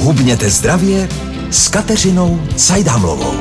Hubněte zdravě s Kateřinou Cajdámlovou.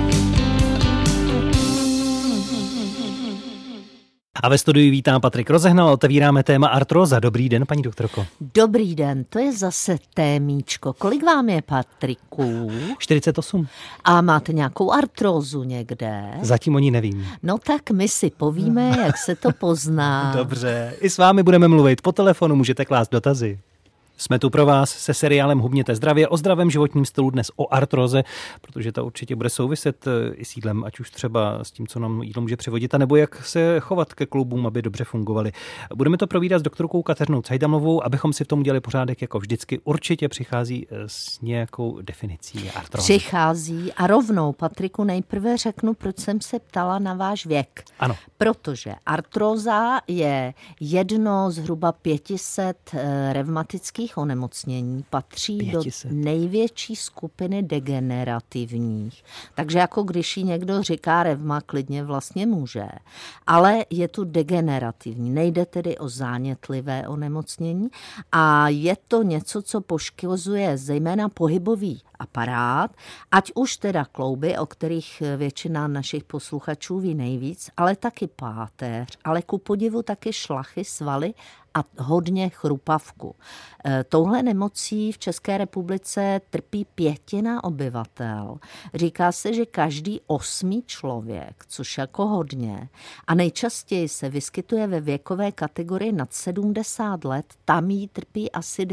A ve studiu vítám Patrik Rozehnal, otevíráme téma artróza. Dobrý den, paní doktorko. Dobrý den, to je zase témíčko. Kolik vám je, Patriku? 48. A máte nějakou artrózu někde? Zatím o ní nevím. No tak my si povíme, jak se to pozná. Dobře, i s vámi budeme mluvit. Po telefonu můžete klást dotazy. Jsme tu pro vás se seriálem Hubněte zdravě, o zdravém životním stylu, dnes o artróze, protože to určitě bude souviset i s jídlem, ať už třeba s tím, co nám jídlo může přivodit, anebo jak se chovat ke kloubům, aby dobře fungovaly. Budeme to provídat s doktorkou Kateřinou Cajdámlovou, abychom si v tom dělali pořádek jako vždycky. Určitě přichází s nějakou definicí artrózy. Přichází a rovnou, Patriku, nejprve řeknu, proč jsem se ptala na váš věk. Ano. Protože artróza je jedno zhruba 500 revmatických onemocnění, patří 500 do největší skupiny degenerativních. Takže jako když jí někdo říká revma, klidně vlastně může. Ale je tu degenerativní. Nejde tedy o zánětlivé onemocnění a je to něco, co poškozuje zejména pohybový aparát, ať už teda klouby, o kterých většina našich posluchačů ví nejvíc, ale taky páteř, ale ku podivu taky šlachy, svaly a hodně chrupavku. Touhle nemocí v České republice trpí 1/5 obyvatel. Říká se, že každý 8. člověk, což jako hodně, a nejčastěji se vyskytuje ve věkové kategorii nad 70 let, tam jí trpí asi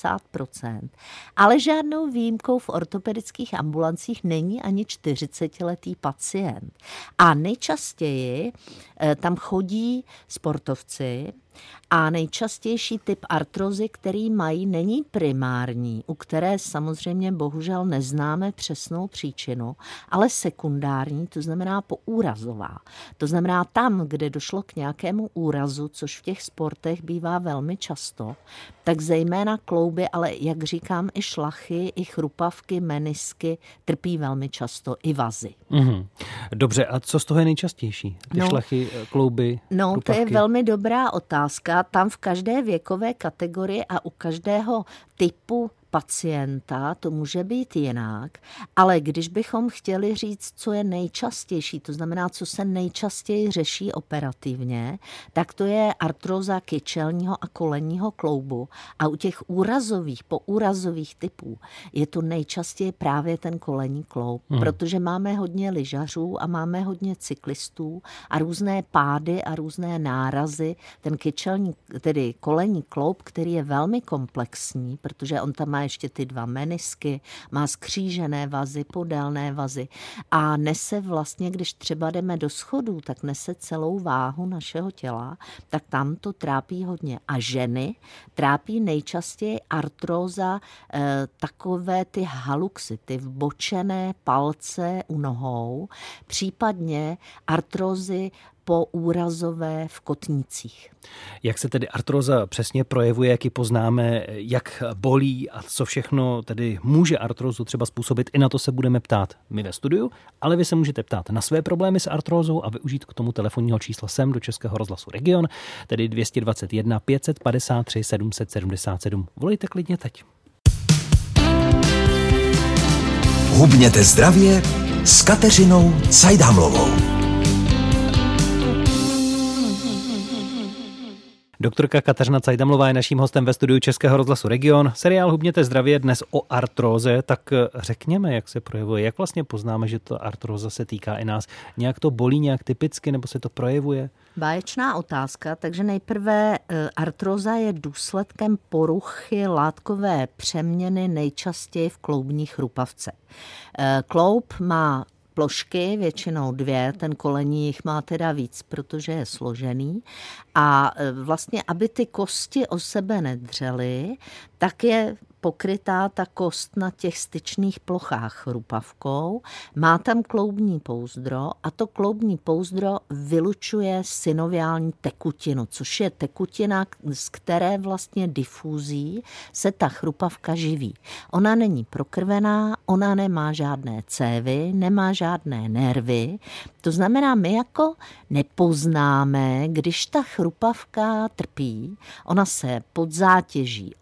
90%. Ale žádnou výjimkou v ortopedických ambulancích není ani 40letý pacient. A nejčastěji tam chodí sportovci, a nejčastější typ artrózy, který mají, není primární, u které samozřejmě bohužel neznáme přesnou příčinu, ale sekundární, to znamená poúrazová. To znamená tam, kde došlo k nějakému úrazu, což v těch sportech bývá velmi často, tak zejména klouby, ale jak říkám, i šlachy, i chrupavky, menisky trpí velmi často, i vazy. Mhm. Dobře, a co z toho je nejčastější? Ty šlachy, klouby, chrupavky? To je velmi dobrá otázka. Tam v každé věkové kategorii a u každého typu pacienta to může být jinak, ale když bychom chtěli říct, co je nejčastější, to znamená, co se nejčastěji řeší operativně, tak to je artróza kyčelního a kolenního kloubu a u těch úrazových, poúrazových typů je to nejčastěji právě ten kolenní kloub, protože máme hodně lyžařů a máme hodně cyklistů a různé pády a různé nárazy. Ten kyčelní, tedy kolenní kloub, který je velmi komplexní, protože on tam má ještě ty 2 menisky, má skřížené vazy, podélné vazy a nese vlastně, když třeba jdeme do schodů, tak nese celou váhu našeho těla, tak tam to trápí hodně. A ženy trápí nejčastěji artróza takové ty haluxy, ty vbočené palce u nohou, případně artrózy poúrazové v kotnících. Jak se tedy artróza přesně projevuje, jak ji poznáme, jak bolí a co všechno tedy může artrózu třeba způsobit, i na to se budeme ptát my ve studiu, ale vy se můžete ptát na své problémy s artrózou a využít k tomu telefonního čísla sem do Českého rozhlasu Region, tedy 221 553 777. Volejte klidně teď. Hubněte zdravě s Kateřinou Cajdámlovou. Doktorka Kateřina Cajdámlová je naším hostem ve studiu Českého rozhlasu Region. Seriál Hubněte zdravě dnes o artróze, tak řekněme, jak se projevuje, jak vlastně poznáme, že ta artróza se týká i nás. Nějak to bolí, nějak typicky, nebo se to projevuje? Báječná otázka, takže nejprve artróza je důsledkem poruchy látkové přeměny nejčastěji v kloubní chrupavce. Kloub má plošky, většinou 2, ten kolenní jich má teda víc, protože je složený a vlastně, aby ty kosti o sebe nedřely, tak je pokrytá ta kost na těch styčných plochách chrupavkou, má tam kloubní pouzdro a to kloubní pouzdro vylučuje synoviální tekutinu, což je tekutina, z které vlastně difuzí se ta chrupavka živí. Ona není prokrvená, ona nemá žádné cévy, nemá žádné nervy, to znamená, my jako nepoznáme, když ta chrupavka trpí, ona se pod zátěží obrušuje,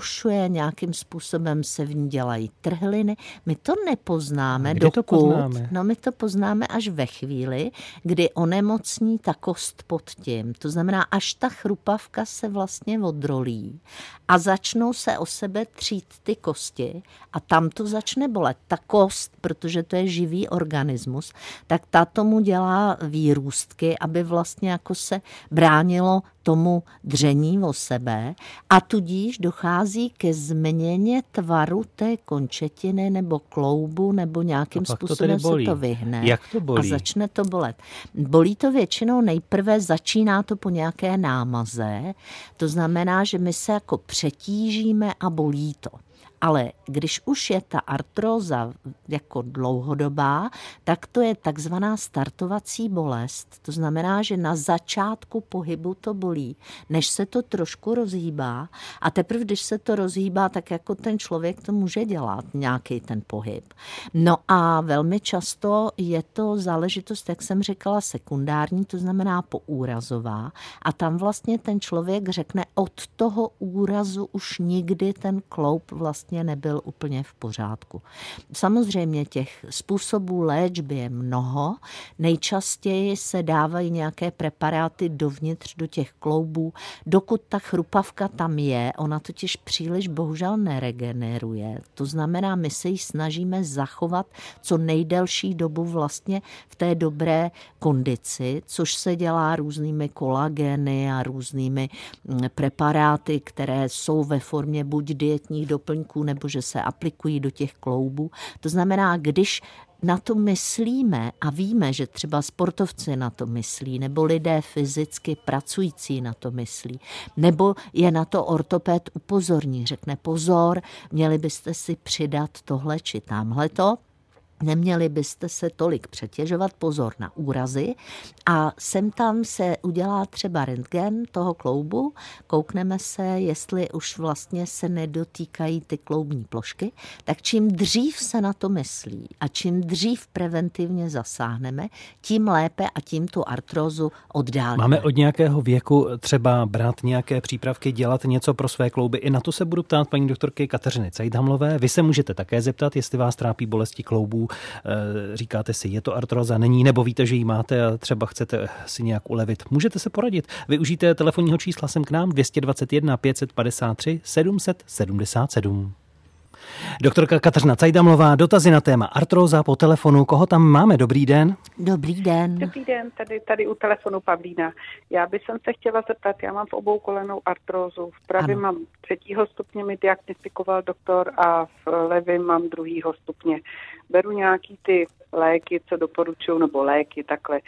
narušuje, nějakým způsobem se v ní dělají trhliny. My to nepoznáme, Kdy to poznáme? No my to poznáme až ve chvíli, kdy onemocní ta kost pod tím. To znamená, až ta chrupavka se vlastně odrolí a začnou se o sebe třít ty kosti a tam to začne bolet. Ta kost, protože to je živý organismus, tak ta tomu dělá výrůstky, aby vlastně jako se bránilo tomu dření o sebe a tudíž dochází ke změně tvaru té končetiny nebo kloubu nebo nějakým způsobem se to vyhne. Jak to bolí? A začne to bolet. Bolí to většinou nejprve, začíná to po nějaké námaze, to znamená, že my se jako přetížíme a bolí to. Ale když už je ta artróza jako dlouhodobá, tak to je takzvaná startovací bolest. To znamená, že na začátku pohybu to bolí, než se to trošku rozhýbá. A teprve, když se to rozhýbá, tak jako ten člověk to může dělat, nějaký ten pohyb. No a velmi často je to záležitost, jak jsem říkala, sekundární, to znamená poúrazová. A tam vlastně ten člověk řekne, od toho úrazu už nikdy ten kloub vlastně nebyl úplně v pořádku. Samozřejmě těch způsobů léčby je mnoho. Nejčastěji se dávají nějaké preparáty dovnitř do těch kloubů. Dokud ta chrupavka tam je, ona totiž příliš bohužel neregeneruje. To znamená, my se ji snažíme zachovat co nejdelší dobu vlastně v té dobré kondici, což se dělá různými kolageny a různými preparáty, které jsou ve formě buď dietních doplňků, nebo že se aplikují do těch kloubů. To znamená, když na to myslíme a víme, že třeba sportovci na to myslí, nebo lidé fyzicky pracující na to myslí, nebo je na to ortoped upozorní, řekne pozor, měli byste si přidat tohle či tamhleto, neměli byste se tolik přetěžovat, pozor na úrazy a sem tam se udělá třeba rentgen toho kloubu, koukneme se, jestli už vlastně se nedotýkají ty kloubní plošky, tak čím dřív se na to myslí a čím dřív preventivně zasáhneme, tím lépe a tím tu artrózu oddálíme. Máme od nějakého věku třeba brát nějaké přípravky, dělat něco pro své klouby? I na to se budu ptát paní doktorky Kateřiny Cajdhamlové. Vy se můžete také zeptat, jestli vás trápí bolesti kloubů. Říkáte si, je to artróza, není, nebo víte, že ji máte a třeba chcete si nějak ulevit. Můžete se poradit. Využijte telefonního čísla sem k nám 221 553 777. Doktorka Kateřina Cajdhamlová, dotazy na téma artróza po telefonu. Koho tam máme? Dobrý den. Dobrý den. Dobrý den, tady u telefonu Pavlína. Já bych se chtěla zeptat, já mám v obou kolenou artrózu. V pravém mám 3. stupně, mi diagnostikoval doktor a v levém mám 2. stupně. Beru nějaký ty léky, co doporučují, nebo léky, takhle.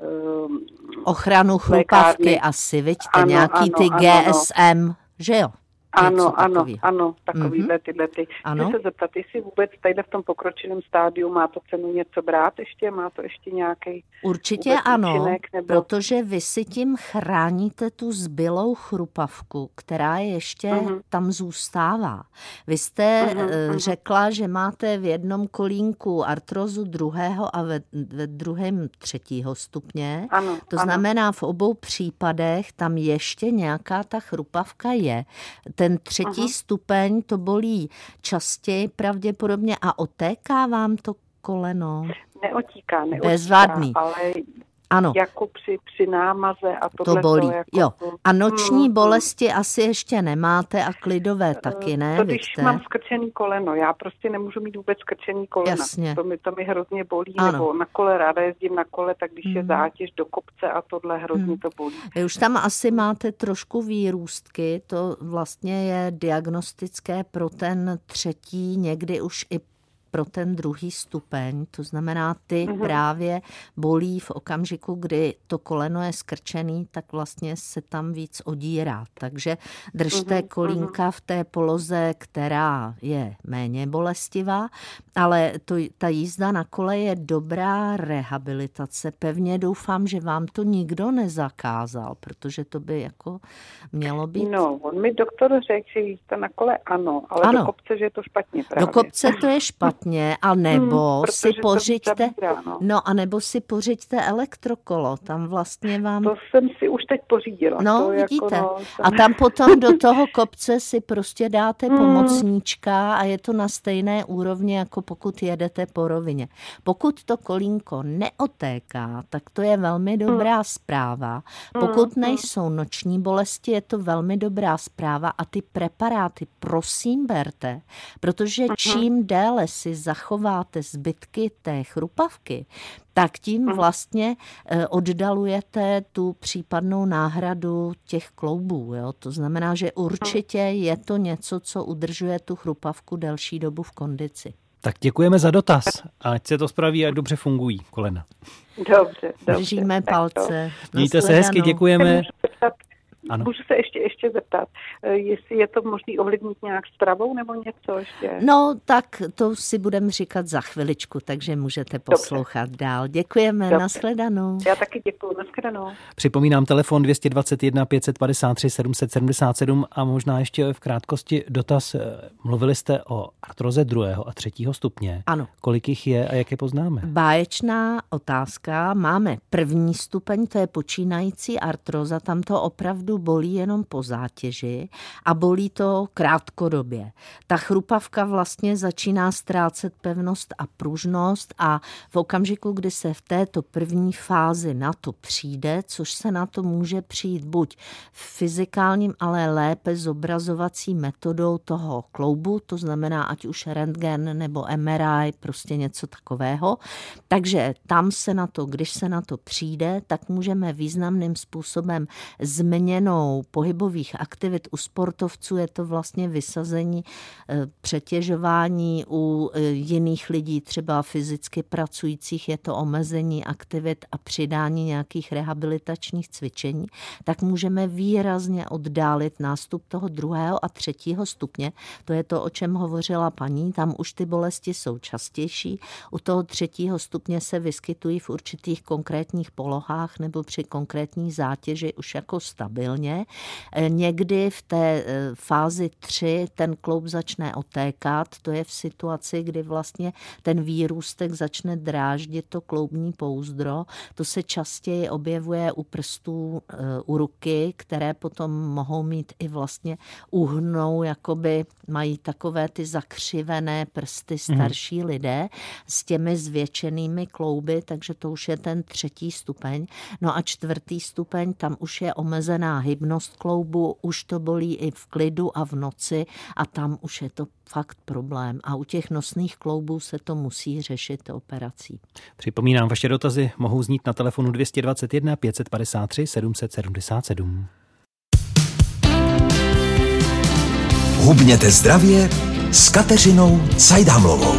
Ochranu chrupavky asi, viďte, nějaký ty GSM, že jo? Ano, takovýhle tyhle ty. Chci se zeptat, jestli vůbec tady v tom pokročilém stádiu má to cenu něco brát ještě? Má to ještě nějaký určitě ano, účinek, nebo... protože vy si tím chráníte tu zbylou chrupavku, která ještě tam zůstává. Vy jste řekla, že máte v jednom kolínku artrózu 2. a ve druhém 3. stupně. Ano, to znamená, v obou případech tam ještě nějaká ta chrupavka je. Ten 3. stupeň to bolí častěji pravděpodobně a otéká vám to koleno? Neotíká, bezvadný. Ale ano. Jako při námaze a tohle to bolí. Jako jo. A noční bolesti asi ještě nemáte a klidové taky ne? To když mám skrčený koleno, já prostě nemůžu mít vůbec skrčený kolena. Jasně. To mi hrozně bolí, ano. Nebo na kole, ráda jezdím na kole, tak když je zátěž do kopce a tohle hrozně to bolí. Vy už tam asi máte trošku výrůstky, to vlastně je diagnostické pro ten 3., někdy už i pro ten 2. stupeň, to znamená ty právě bolí v okamžiku, kdy to koleno je skrčený, tak vlastně se tam víc odírá. Takže držte kolínka v té poloze, která je méně bolestivá ale ta jízda na kole je dobrá rehabilitace. Pevně doufám, že vám to nikdo nezakázal, protože to by jako mělo být... No, on mi doktor řekl, že jízda na kole ano, ale ano. Do kopce, že je to špatně právě. Do kopce to je špatně, a nebo si pořiďte... No a nebo si pořiďte elektrokolo, tam vlastně vám... To jsem si už teď pořídila. No, to vidíte. Jako, A tam potom do toho kopce si prostě dáte pomocníčka a je to na stejné úrovni, jako pokud jedete po rovině. Pokud to kolínko neotéká, tak to je velmi dobrá zpráva. Pokud nejsou noční bolesti, je to velmi dobrá zpráva a ty preparáty prosím berte, protože čím déle si zachováte zbytky té chrupavky, tak tím vlastně oddalujete tu případnou náhradu těch kloubů. Jo? To znamená, že určitě je to něco, co udržuje tu chrupavku delší dobu v kondici. Tak děkujeme za dotaz. Ať se to spraví a dobře fungují kolena. Dobře. Držíme palce. Mějte se hezky, děkujeme. Ano. Můžu se ještě zeptat, jestli je to možné ovlivnit nějak stravou nebo něco ještě? No, tak to si budeme říkat za chviličku, takže můžete poslouchat dál. Děkujeme, nashledanou. Já taky děkuju, nashledanou. Připomínám telefon 221 553 777 a možná ještě v krátkosti dotaz. Mluvili jste o artroze 2. a 3. stupně. Ano. Kolik jich je a jak je poznáme? Báječná otázka. Máme 1. stupeň, to je počínající artroza, tam to opravdu bolí jenom po zátěži a bolí to krátkodobě. Ta chrupavka vlastně začíná ztrácet pevnost a pružnost a v okamžiku, kdy se v této první fázi na to přijde, což se na to může přijít buď fyzikálním, ale lépe zobrazovací metodou toho kloubu, to znamená ať už rentgen nebo MRI, prostě něco takového. Takže tam se na to, když se na to přijde, tak můžeme významným způsobem změnou pohybových aktivit u sportovců, je to vlastně vysazení přetěžování, u jiných lidí, třeba fyzicky pracujících, je to omezení aktivit a přidání nějakých rehabilitačních cvičení, tak můžeme výrazně oddálit nástup toho 2. a 3. stupně. To je to, o čem hovořila paní, tam už ty bolesti jsou častější. U toho 3. stupně se vyskytují v určitých konkrétních polohách nebo při konkrétní zátěži už jako stabilně. Někdy v té fázi 3 ten kloub začne otékat, to je v situaci, kdy vlastně ten výrůstek začne dráždit to kloubní pouzdro. To se častěji objevuje u prstů, u ruky, které potom mohou mít i vlastně uhnou, jakoby mají takové ty zakřivené prsty starší lidé s těmi zvětšenými klouby, takže to už je ten 3. stupeň. No a 4. stupeň, tam už je omezená hybnost kloubu, už to bolí i v klidu a v noci a tam už je to fakt problém. A u těch nosných kloubů se to musí řešit operací. Připomínám, vaše dotazy mohou znít na telefonu 221 553 777. Hubněte zdravě s Kateřinou Cajdámlovou.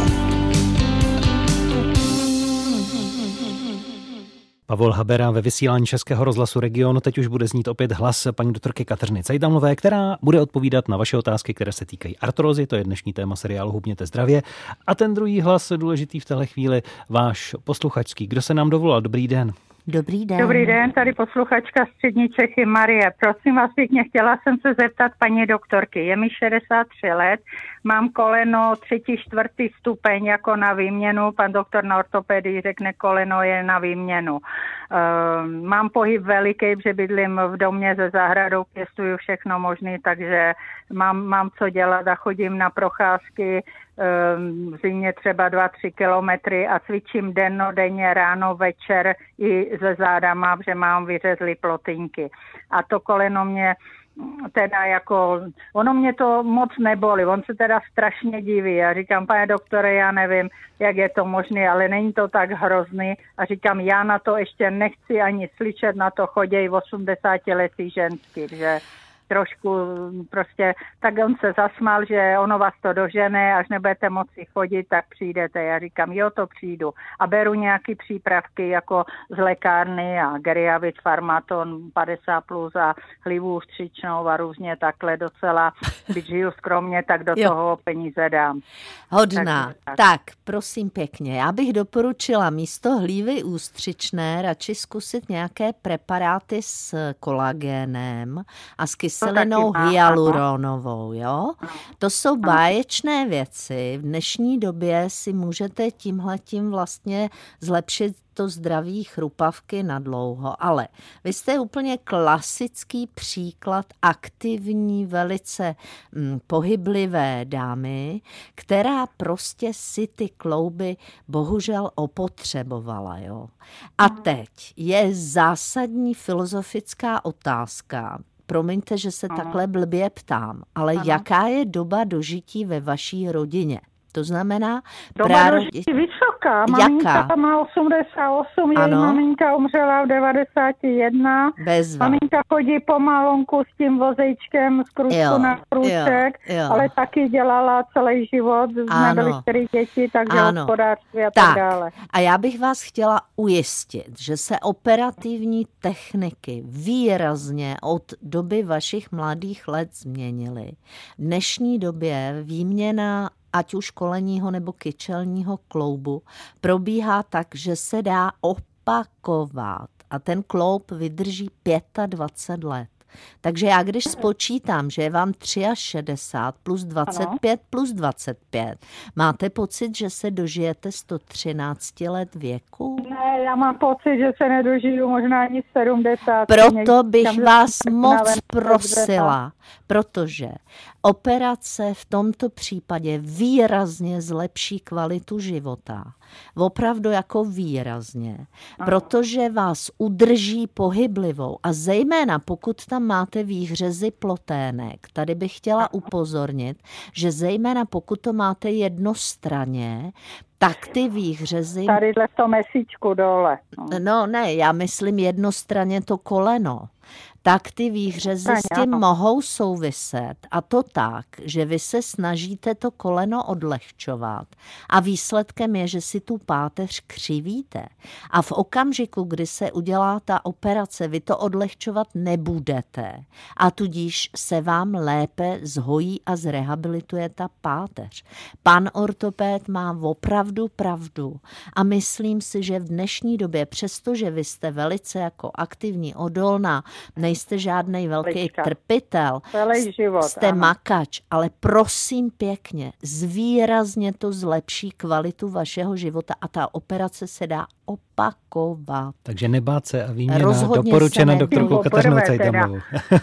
Pavol Habera ve vysílání Českého rozhlasu Region. Teď už bude znít opět hlas paní doktorky Kateřiny Cajdámlové, která bude odpovídat na vaše otázky, které se týkají artrózy. To je dnešní téma seriálu Hubněte zdravě. A ten druhý hlas, důležitý v téhle chvíli, váš posluchačský. Kdo se nám dovolal? Dobrý den. Dobrý den. Dobrý den, tady posluchačka Střední Čechy Marie. Prosím vás pěkně, chtěla jsem se zeptat paní doktorky. Je mi 63 let, mám koleno 3., 4. stupeň jako na výměnu. Pan doktor na ortopedii řekne, koleno je na výměnu. Mám pohyb veliký, protože bydlím v domě se zahradou, pěstuju všechno možné, takže mám co dělat a chodím na procházky v zimě třeba 2-3 kilometry a cvičím dennodenně, ráno, večer i ze zádama, že mám vyřezlý plotínky. A to koleno mě teda jako, ono mě to moc nebolí, on se teda strašně diví. Já říkám, pane doktore, já nevím, jak je to možné, ale není to tak hrozný. A říkám, já na to ještě nechci ani slyšet, na to chodějí 80letý ženský, že... trošku prostě, tak on se zasmál, že ono vás to dožene, až nebudete moci chodit, tak přijdete. Já říkám, jo, to přijdu. A beru nějaký přípravky jako z lékárny a Geriavit, Farmaton 50+ a hlivu ústřičnou a různě takhle docela, když žiju skromně, tak do toho peníze dám. Hodná. Tak, prosím pěkně, já bych doporučila místo hlívy ústřičné radši zkusit nějaké preparáty s kolagénem a s kyselinou hyaluronovou, jo? To jsou báječné věci. V dnešní době si můžete tímhletím vlastně zlepšit to zdraví chrupavky na dlouho. Ale vy jste úplně klasický příklad aktivní, velice pohyblivé dámy, která prostě si ty klouby bohužel opotřebovala. Jo? A teď je zásadní filozofická otázka. Promiňte, že se takhle blbě ptám, ale jaká je doba dožití ve vaší rodině? To znamená... Doba dožití vysoká. Maminka má 88, její maminka umřela v 91. Bezva. Maminka chodí pomalonku s tím vozejčkem z kručku na kruček, ale taky dělala celý život. Jsme byli 4 děti, takže hospodářství a tak dále. A já bych vás chtěla ujistit, že se operativní techniky výrazně od doby vašich mladých let změnily. V dnešní době výměna ať už kolenního nebo kyčelního kloubu, probíhá tak, že se dá opakovat a ten kloub vydrží 25 let. Takže já když spočítám, že je vám 63 plus 25 plus 25, máte pocit, že se dožijete 113 let věku? Ne, já mám pocit, že se nedožiju možná ani 70. Proto bych vás moc prosila, protože operace v tomto případě výrazně zlepší kvalitu života. Opravdu jako výrazně, protože vás udrží pohyblivou a zejména pokud tam máte výhřezy plotének. Tady bych chtěla upozornit, že zejména pokud to máte jednostranně, tak ty výhřezy... Tadyhle v tom mesíčku dole. No ne, já myslím jednostranně to koleno. Tak ty výhřezy s tím mohou souviset a to tak, že vy se snažíte to koleno odlehčovat a výsledkem je, že si tu páteř křivíte a v okamžiku, kdy se udělá ta operace, vy to odlehčovat nebudete a tudíž se vám lépe zhojí a zrehabilituje ta páteř. Pan ortopéd má opravdu pravdu a myslím si, že v dnešní době, přestože vy jste velice jako aktivní, odolná, nejste žádnej velký trpitel, jste makač, ale prosím pěkně, zvýrazně to zlepší kvalitu vašeho života a ta operace se dá opakovat. Takže nebát se a výměna doporučena doktorkou Kateřinou Cajdamovou.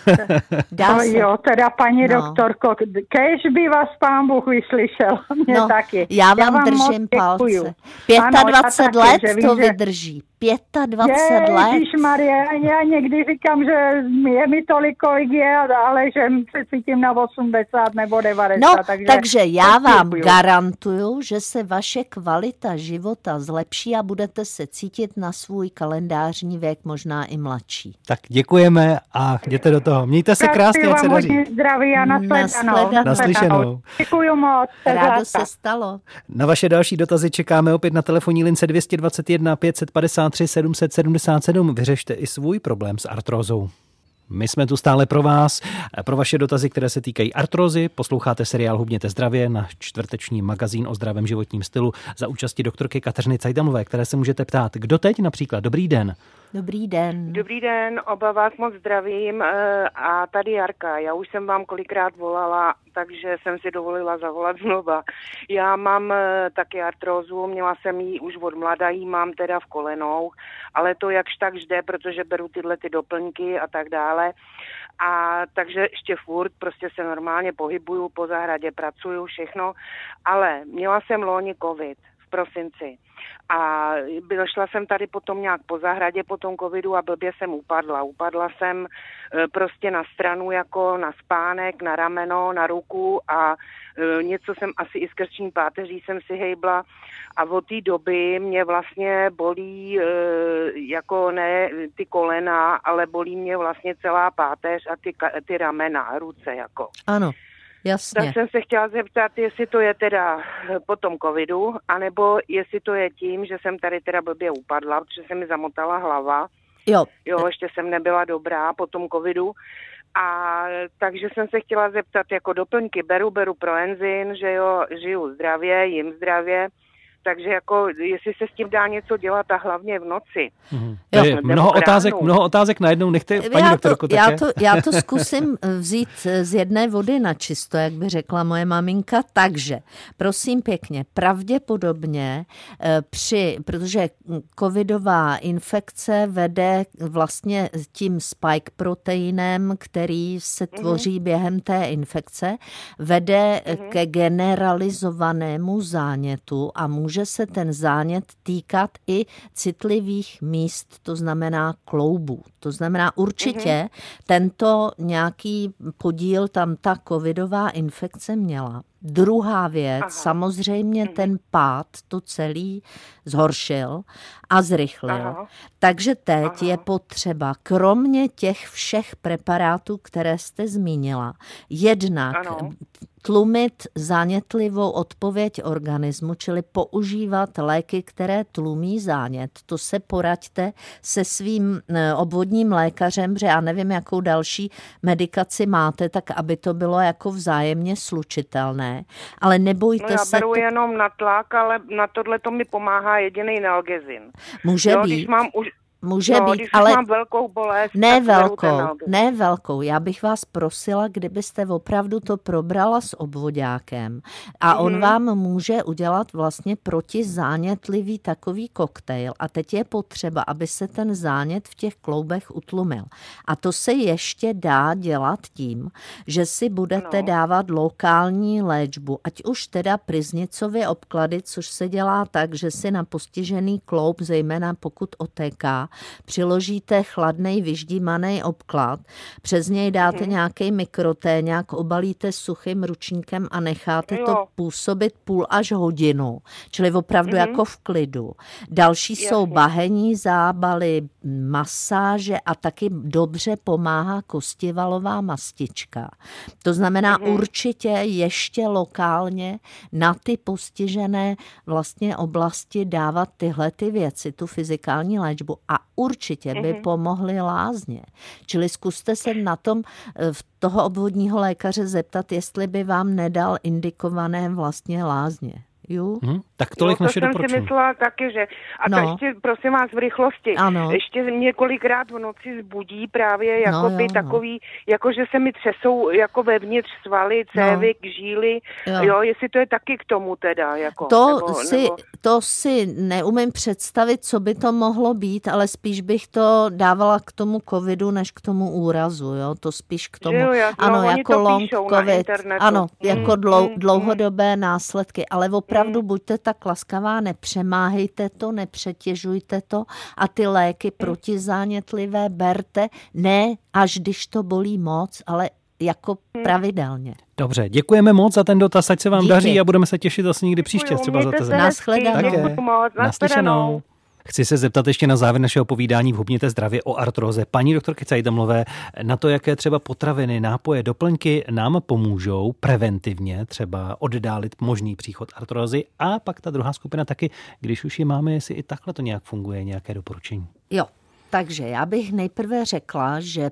Jo, teda paní doktorko, kéž by vás pán Bůh vyslyšel, mě taky. Já vám držím palce. 25 let to vydrží. 25 let. Ježišmarje, já někdy říkám, že je mi tolik, kolik je, ale že se cítím na 80 nebo 90. No, takže já vám garantuju, že se vaše kvalita života zlepší a budete se cítit na svůj kalendářní věk, možná i mladší. Tak děkujeme a jděte do toho. Mějte se krásně, ať se daří. Zdraví a naslyšenou. Děkuju moc. Rádo se stalo. Na vaše další dotazy čekáme opět na telefonní lince 221 553 777. Vyřešte i svůj problém s artrózou. My jsme tu stále pro vás, pro vaše dotazy, které se týkají artrózy. Posloucháte seriál Hubněte zdravě, na čtvrteční magazín o zdravém životním stylu za účasti doktorky Kateřiny Cajdamové, které se můžete ptát. Kdo teď například? Dobrý den. Dobrý den. Dobrý den, oba vás moc zdravím a tady Jarka. Já už jsem vám kolikrát volala, takže jsem si dovolila zavolat znova. Já mám taky artrózu, měla jsem ji už od mlada, ji mám teda v kolenou, ale to jakž tak jde, protože beru tyhle ty doplňky a tak dále. A takže ještě furt prostě se normálně pohybuju po zahradě, pracuju, všechno, ale měla jsem loni covid. V prosinci. A šla jsem tady potom nějak po zahradě po tom covidu a blbě jsem upadla. Upadla jsem prostě na stranu jako na spánek, na rameno, na ruku a něco jsem asi i z krční páteří jsem si hejbla a od té doby mě vlastně bolí jako ne ty kolena, ale bolí mě vlastně celá páteř a ty ramena, ruce jako. Ano. Jasně. Tak jsem se chtěla zeptat, jestli to je teda po tom covidu, anebo jestli to je tím, že jsem tady teda blbě upadla, protože se mi zamotala hlava. Jo, ještě jsem nebyla dobrá po tom covidu. A takže jsem se chtěla zeptat, jako doplňky beru Proenzin, že jo, žiju zdravě, jim zdravě. Takže jako, jestli se s tím dá něco dělat a hlavně v noci. Jo, mnoho otázek najednou, nechte paní doktorku také. Já to zkusím vzít z jedné vody na čisto, jak by řekla moje maminka. Takže, prosím pěkně, pravděpodobně protože covidová infekce vede vlastně tím spike proteinem, který se tvoří během té infekce, vede ke generalizovanému zánětu a může se ten zánět týkat i citlivých míst, to znamená kloubů. To znamená určitě tento nějaký podíl tam ta covidová infekce měla. Druhá věc, samozřejmě ten pád to celý zhoršil a zrychlil. Takže teď je potřeba, kromě těch všech preparátů, které jste zmínila, jednak tlumit zánětlivou odpověď organismu, čili používat léky, které tlumí zánět. To se poraďte se svým obvodním lékařem, protože já nevím, jakou další medikaci máte, tak aby to bylo jako vzájemně slučitelné. Ale nebojte se... Já beru jenom na tlak, ale na tohle to mi pomáhá jediný Nalgezin. Může být. Když mám Může být, když ale mám velkou bolest, ne velkou. Já bych vás prosila, kdybyste opravdu to probrala s obvoďákem a on vám může udělat vlastně protizánětlivý takový koktejl a teď je potřeba, aby se ten zánět v těch kloubech utlumil. A to se ještě dá dělat tím, že si budete dávat lokální léčbu, ať už teda pryznicově obklady, což se dělá tak, že si na postižený kloub, zejména pokud otéká, přiložíte chladnej vyždímaný obklad, přes něj dáte nějaký mikrotéňák, obalíte suchým ručníkem a necháte to působit půl až hodinu, čili opravdu jako v klidu. Další jsou bahenní zábaly, masáže a taky dobře pomáhá kostivalová mastička. To znamená určitě ještě lokálně na ty postižené vlastně oblasti dávat tyhle ty věci, tu fyzikální léčbu a určitě by pomohly lázně. Čili zkuste se na tom v toho obvodního lékaře zeptat, jestli by vám nedal indikované vlastně lázně. Jo? Tak tolik naše doporučení. To jsem si myslela taky, že... A to ještě, prosím vás, v rychlosti. Ještě mě kolikrát v noci zbudí právě jakoby takový, jako že se mi třesou jako vevnitř svaly, cévy, žíly. Jo, jestli to je taky k tomu teda. Jako, To si neumím představit, co by to mohlo být, ale spíš bych to dávala k tomu covidu, než k tomu úrazu. Jo? To spíš k tomu, jako long covid. Ano, jako dlouhodobé následky, ale opravdu buďte tak laskavá, nepřemáhejte to, nepřetěžujte to a ty léky protizánětlivé berte, ne až když to bolí moc, ale jako pravidelně. Dobře, děkujeme moc za ten dotaz, ať se vám daří a budeme se těšit zase někdy příště, třeba za teze. Naslyšenou. Chci se zeptat ještě na závěr našeho povídání v Hubněte zdravě o artróze paní doktorky Cajdamlové na to, jaké třeba potraviny, nápoje, doplňky nám pomůžou preventivně třeba oddálit možný příchod artrózy a pak ta druhá skupina taky, když už ji máme, jestli i takhle to nějak funguje, nějaké doporučení. Jo, takže já bych nejprve řekla, že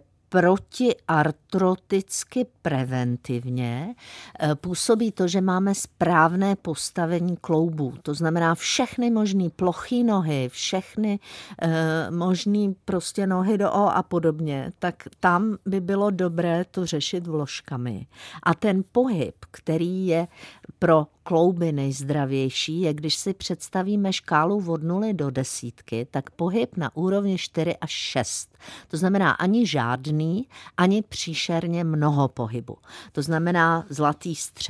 protiartroticky preventivně působí to, že máme správné postavení kloubů. To znamená všechny možný plochý nohy, všechny možný prostě nohy do O a podobně, tak tam by bylo dobré to řešit vložkami. A ten pohyb, který je pro klouby nejzdravější, je, když si představíme škálu od 0 do 10, tak pohyb na úrovni 4 až 6. To znamená ani žádný, ani příšerně mnoho pohybu. To znamená zlatý střed.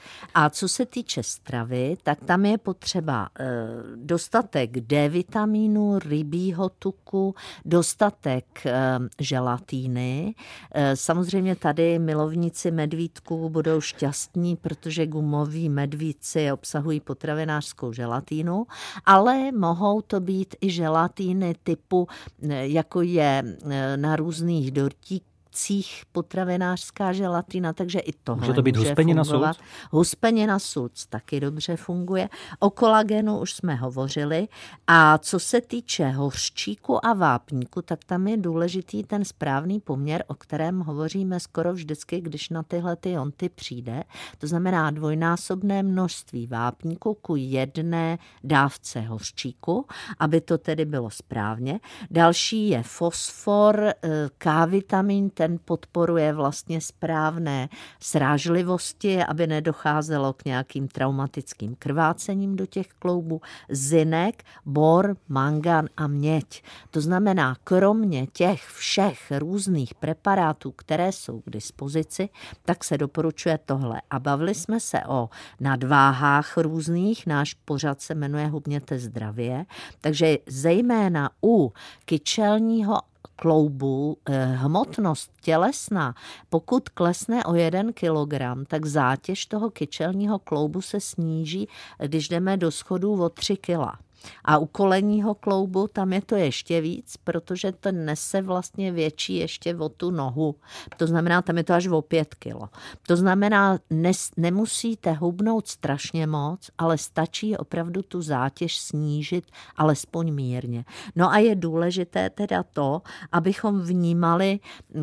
A co se týče stravy, tak tam je potřeba dostatek D-vitamínu, rybího tuku, dostatek želatíny. Samozřejmě tady milovníci medvídků budou šťastní, protože gumoví medvídci obsahují potravinářskou želatínu, ale mohou to být i želatíny typu, jako je na různých dortíkách, potravinářská želatina, takže i tohle může to být huspenina sulc? Huspenina sulc taky dobře funguje. O kolagenu už jsme hovořili. A co se týče hořčíku a vápníku, tak tam je důležitý ten správný poměr, o kterém hovoříme skoro vždycky, když na tyhle ty jonty přijde. To znamená dvojnásobné množství vápníku ku 1 dávce hořčíku, aby to tedy bylo správně. Další je fosfor, K-vitamin, ten podporuje vlastně správné srážlivosti, aby nedocházelo k nějakým traumatickým krvácením do těch kloubů. Zinek, bor, mangan a měď. To znamená, kromě těch všech různých preparátů, které jsou k dispozici, tak se doporučuje tohle. A bavili jsme se o nadváhách různých, náš pořad se jmenuje Hubněte zdravě, takže zejména u kyčelního kloubu, hmotnost tělesná, pokud klesne o 1 kilogram, tak zátěž toho kyčelního kloubu se sníží, když jdeme do schodů o 3 kila. A u kolenního kloubu tam je to ještě víc, protože to nese vlastně větší ještě o tu nohu. To znamená, tam je to až o 5 kilo. To znamená, nemusíte hubnout strašně moc, ale stačí opravdu tu zátěž snížit alespoň mírně. No a je důležité teda to, abychom vnímali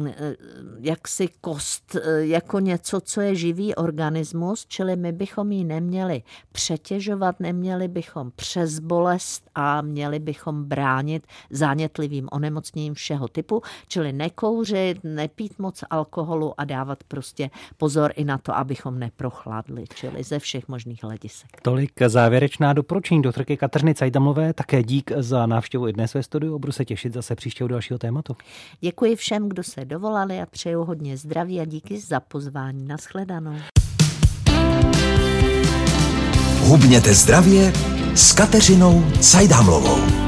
jaksi kost jako něco, co je živý organismus, čili my bychom ji neměli přetěžovat, neměli bychom přezbolest a měli bychom bránit zánětlivým onemocněním všeho typu, čili nekouřit, nepít moc alkoholu a dávat prostě pozor i na to, abychom neprochladli, čili ze všech možných hledisek. Tolik závěrečná doporučení doktorky Kateřiny Cajdamlové, také dík za návštěvu i dnes ve studiu, budu se těšit zase příštího dalšího tématu. Děkuji všem, kdo se dovolali a přeju hodně zdraví a díky za pozvání. Nashledanou. Hubněte zdravě s Kateřinou Cajdamlovou.